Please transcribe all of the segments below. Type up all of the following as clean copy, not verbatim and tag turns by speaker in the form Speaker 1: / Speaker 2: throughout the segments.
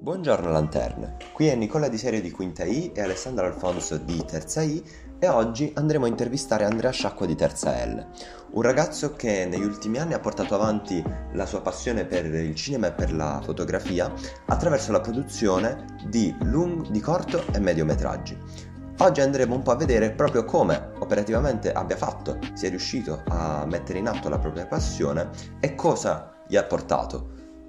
Speaker 1: Buongiorno lanterne, qui è Nicola di Serie di Quinta I e Alessandro Alfonso di Terza I e oggi andremo a intervistare Andrea Sciacqua di Terza L, un ragazzo che negli ultimi anni ha portato avanti la sua passione per il cinema e per la fotografia attraverso la produzione di corto e mediometraggi. Oggi andremo un po' a vedere proprio come operativamente abbia fatto, sia riuscito a mettere in atto la propria passione e cosa gli ha portato.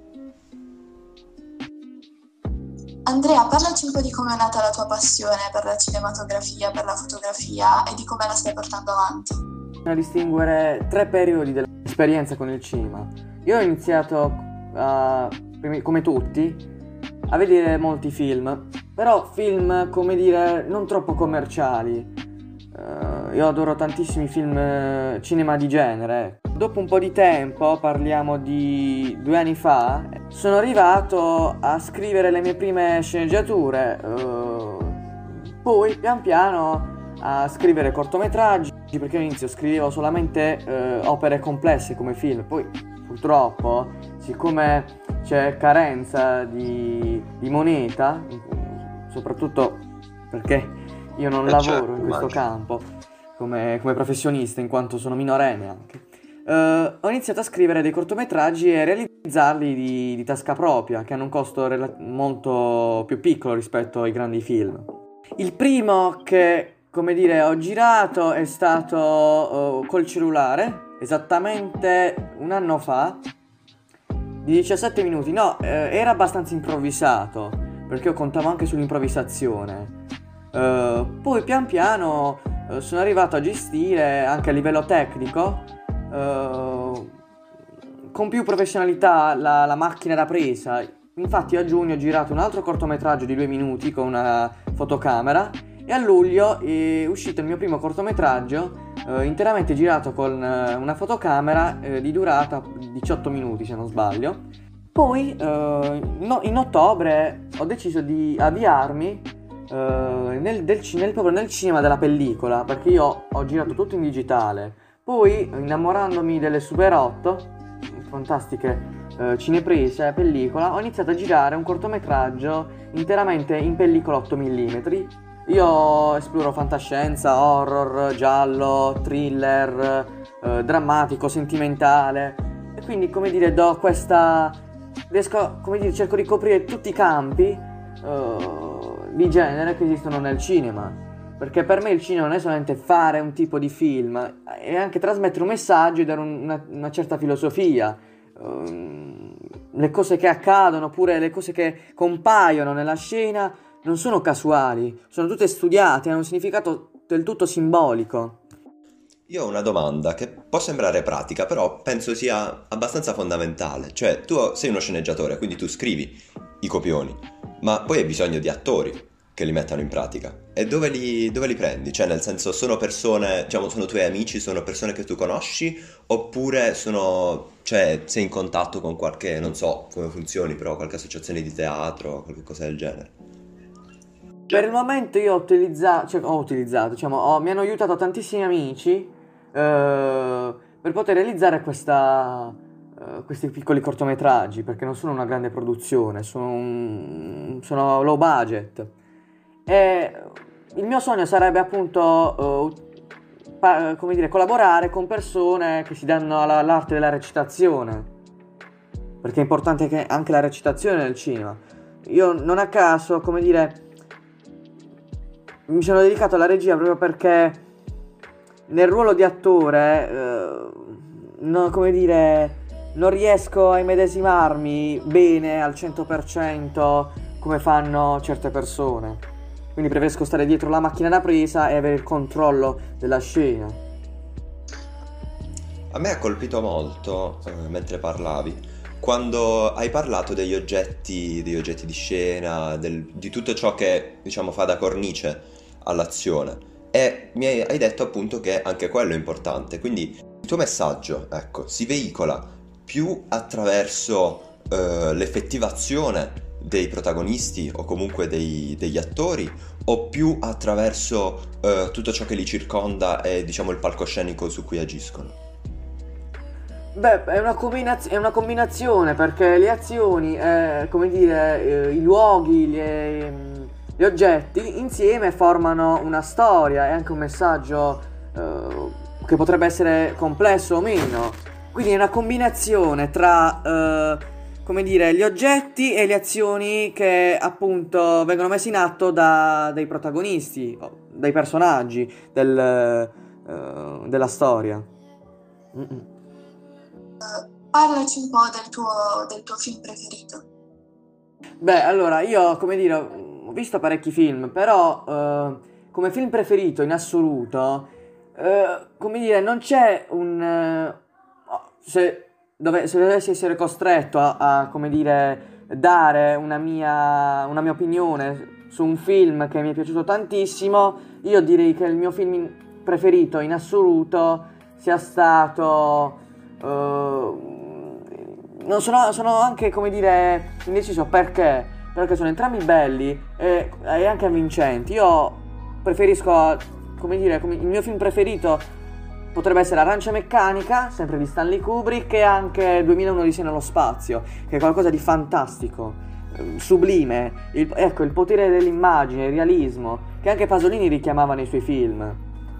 Speaker 2: Andrea, parlaci un po' di come è nata la tua passione per la cinematografia, per la fotografia e di come la stai portando avanti.
Speaker 3: A distinguere tre periodi dell'esperienza con il cinema. Io ho iniziato, come tutti, a vedere molti film, però film, come dire, non troppo commerciali. Io adoro tantissimi film cinema di genere. Dopo un po' di tempo, parliamo di 2 anni fa, sono arrivato a scrivere le mie prime sceneggiature, poi pian piano a scrivere cortometraggi, perché all'inizio scrivevo solamente opere complesse come film, poi purtroppo, siccome c'è carenza di moneta, soprattutto perché io non lavoro in questo campo come professionista, in quanto sono minorenne anche. Ho iniziato a scrivere dei cortometraggi e realizzarli di tasca propria, che hanno un costo molto più piccolo rispetto ai grandi film. Il primo che, come dire, ho girato è stato col cellulare, esattamente un anno fa, di 17 minuti. No, era abbastanza improvvisato, perché io contavo anche sull'improvvisazione. Poi pian piano sono arrivato a gestire anche a livello tecnico con più professionalità la macchina da presa. Infatti a giugno ho girato un altro cortometraggio di 2 minuti con una fotocamera e a luglio è uscito il mio primo cortometraggio interamente girato con una fotocamera di durata 18 minuti se non sbaglio. Poi in ottobre ho deciso di avviarmi proprio nel cinema della pellicola, perché io ho girato tutto in digitale. Poi, innamorandomi delle Super 8, fantastiche cineprese, pellicola, ho iniziato a girare un cortometraggio interamente in pellicola 8 mm. Io esploro fantascienza, horror, giallo, thriller, drammatico, sentimentale. E quindi, come dire, cerco di coprire tutti i campi di genere che esistono nel cinema. Perché per me il cinema non è solamente fare un tipo di film, è anche trasmettere un messaggio e dare una certa filosofia. Le cose che accadono, oppure le cose che compaiono nella scena, non sono casuali, sono tutte studiate, hanno un significato del tutto simbolico.
Speaker 1: Io ho una domanda che può sembrare pratica, però penso sia abbastanza fondamentale. Cioè, tu sei uno sceneggiatore, quindi tu scrivi i copioni, ma poi hai bisogno di attori che li mettano in pratica. E dove li prendi? Cioè, nel senso, sono persone, diciamo, sono tuoi amici, sono persone che tu conosci, oppure sei in contatto con qualche, non so come funzioni, però qualche associazione di teatro, qualche cosa del genere?
Speaker 3: Per il momento io mi hanno aiutato tantissimi amici per poter realizzare questi piccoli cortometraggi, perché non sono una grande produzione, sono low budget. E il mio sogno sarebbe appunto collaborare con persone che si danno all'arte della recitazione, perché è importante che anche la recitazione nel cinema. Io non a caso, mi sono dedicato alla regia proprio perché nel ruolo di attore non riesco a immedesimarmi bene al 100% come fanno certe persone. Quindi preferisco stare dietro la macchina da presa e avere il controllo della scena.
Speaker 1: A me ha colpito molto, mentre parlavi, quando hai parlato degli oggetti di scena, di tutto ciò che, diciamo, fa da cornice all'azione. E mi hai detto appunto che anche quello è importante. Quindi il tuo messaggio, ecco, si veicola più attraverso l'effettiva azione dei protagonisti o comunque degli attori, o più attraverso tutto ciò che li circonda e, diciamo, il palcoscenico su cui agiscono?
Speaker 3: Beh, è una combinazione perché le azioni, come dire, i luoghi, gli oggetti insieme formano una storia e anche un messaggio che potrebbe essere complesso o meno. Quindi è una combinazione tra, come dire, gli oggetti e le azioni che appunto vengono messe in atto dai protagonisti, dai personaggi della storia.
Speaker 2: Parlaci un po' del tuo film preferito.
Speaker 3: Beh, allora, io, come dire, ho visto parecchi film, però come film preferito in assoluto, come dire, non c'è se dovessi essere costretto come dire, dare una mia opinione su un film che mi è piaciuto tantissimo, io direi che il mio film preferito in assoluto sia stato... non sono anche, come dire, indeciso perché sono entrambi belli e anche avvincenti. Io preferisco, come dire, il mio film preferito potrebbe essere Arancia Meccanica, sempre di Stanley Kubrick, e anche 2001 Odissea nello spazio, che è qualcosa di fantastico, sublime, ecco, il potere dell'immagine, il realismo, che anche Pasolini richiamava nei suoi film.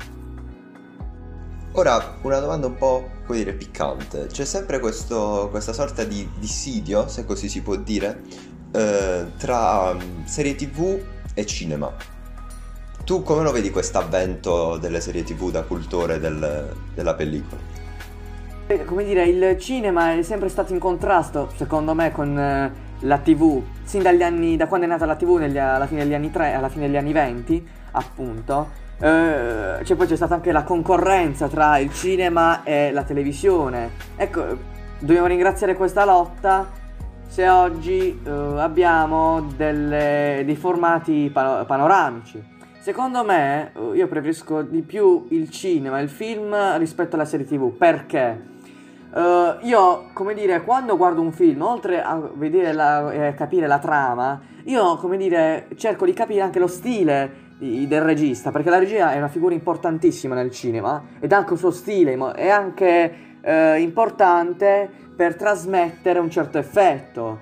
Speaker 1: Ora, una domanda un po', come dire, piccante. C'è sempre questa sorta di dissidio, se così si può dire, tra serie TV e cinema. Tu come lo vedi questo avvento delle serie TV da cultore della pellicola?
Speaker 3: Come dire, il cinema è sempre stato in contrasto, secondo me, con la TV, sin da quando è nata la TV alla fine degli anni 20, appunto. Poi c'è stata anche la concorrenza tra il cinema e la televisione. Ecco, dobbiamo ringraziare questa lotta se oggi abbiamo dei formati panoramici. Secondo me io preferisco di più il cinema, il film rispetto alla serie TV. Perché? Io, come dire, quando guardo un film, oltre a vedere capire la trama, io, come dire, cerco di capire anche lo stile del regista, perché la regia è una figura importantissima nel cinema ed anche il suo stile è anche importante per trasmettere un certo effetto.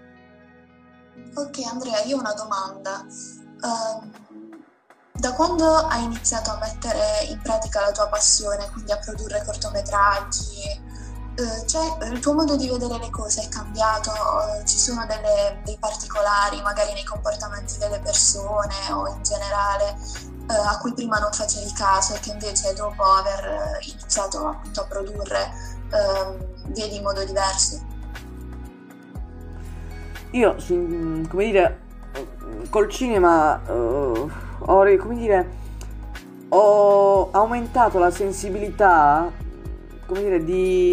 Speaker 2: Ok Andrea, io ho una domanda. Da quando hai iniziato a mettere in pratica la tua passione, quindi a produrre cortometraggi, il tuo modo di vedere le cose è cambiato? Ci sono dei particolari, magari nei comportamenti delle persone o in generale, a cui prima non facevi caso e che invece dopo aver iniziato appunto a produrre vedi in modo diverso?
Speaker 3: Io, come dire, col cinema ho aumentato la sensibilità, come dire,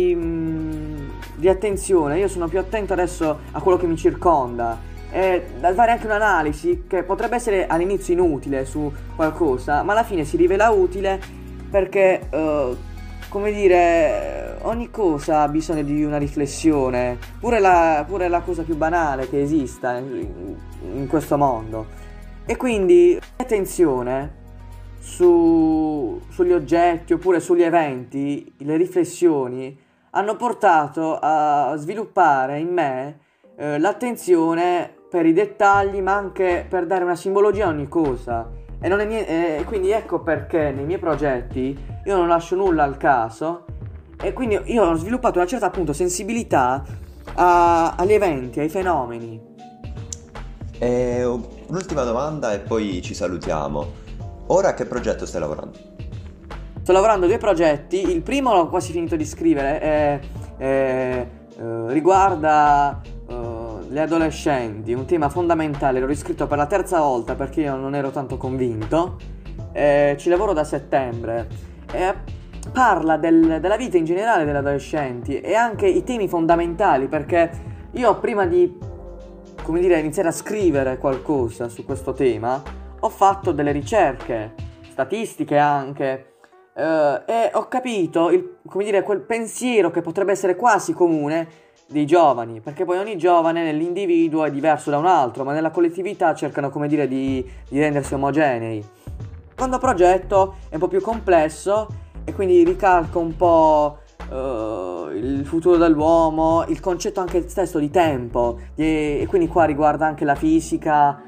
Speaker 3: di attenzione. Io sono più attento adesso a quello che mi circonda e da fare anche un'analisi che potrebbe essere all'inizio inutile su qualcosa, ma alla fine si rivela utile perché, come dire, ogni cosa ha bisogno di una riflessione, pure la cosa più banale che esista in questo mondo. E quindi attenzione sugli oggetti oppure sugli eventi, le riflessioni hanno portato a sviluppare in me l'attenzione per i dettagli, ma anche per dare una simbologia a ogni cosa. E non è quindi ecco perché nei miei progetti io non lascio nulla al caso, e quindi io ho sviluppato una certa appunto sensibilità agli eventi, ai fenomeni.
Speaker 1: Un'ultima domanda e poi ci salutiamo. Ora a che progetto stai lavorando?
Speaker 3: Sto lavorando a 2 progetti. Il primo l'ho quasi finito di scrivere, riguarda le adolescenti, un tema fondamentale. L'ho riscritto per la 3ª volta perché io non ero tanto convinto. Ci lavoro da settembre. Parla della vita in generale degli adolescenti e anche i temi fondamentali, perché io prima di, come dire, iniziare a scrivere qualcosa su questo tema ho fatto delle ricerche statistiche anche, e ho capito come dire, quel pensiero che potrebbe essere quasi comune dei giovani, perché poi ogni giovane nell'individuo è diverso da un altro, ma nella collettività cercano, come dire, di rendersi omogenei. Il secondo progetto è un po' più complesso e quindi ricalco un po' il futuro dell'uomo, il concetto anche stesso di tempo, e quindi qua riguarda anche la fisica,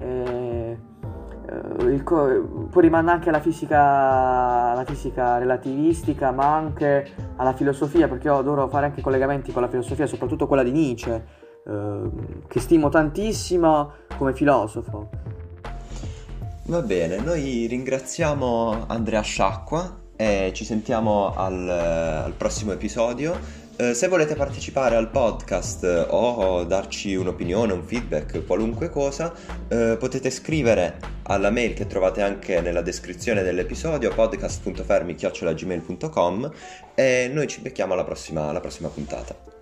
Speaker 3: poi rimanda anche alla fisica relativistica, ma anche alla filosofia, perché io adoro fare anche collegamenti con la filosofia, soprattutto quella di Nietzsche, che stimo tantissimo come filosofo.
Speaker 1: Va bene, noi ringraziamo Andrea Sciacqua e ci sentiamo al prossimo episodio. Se volete partecipare al podcast o darci un'opinione, un feedback, qualunque cosa, potete scrivere alla mail che trovate anche nella descrizione dell'episodio, podcast.fermi@gmail.com, e noi ci becchiamo alla prossima puntata.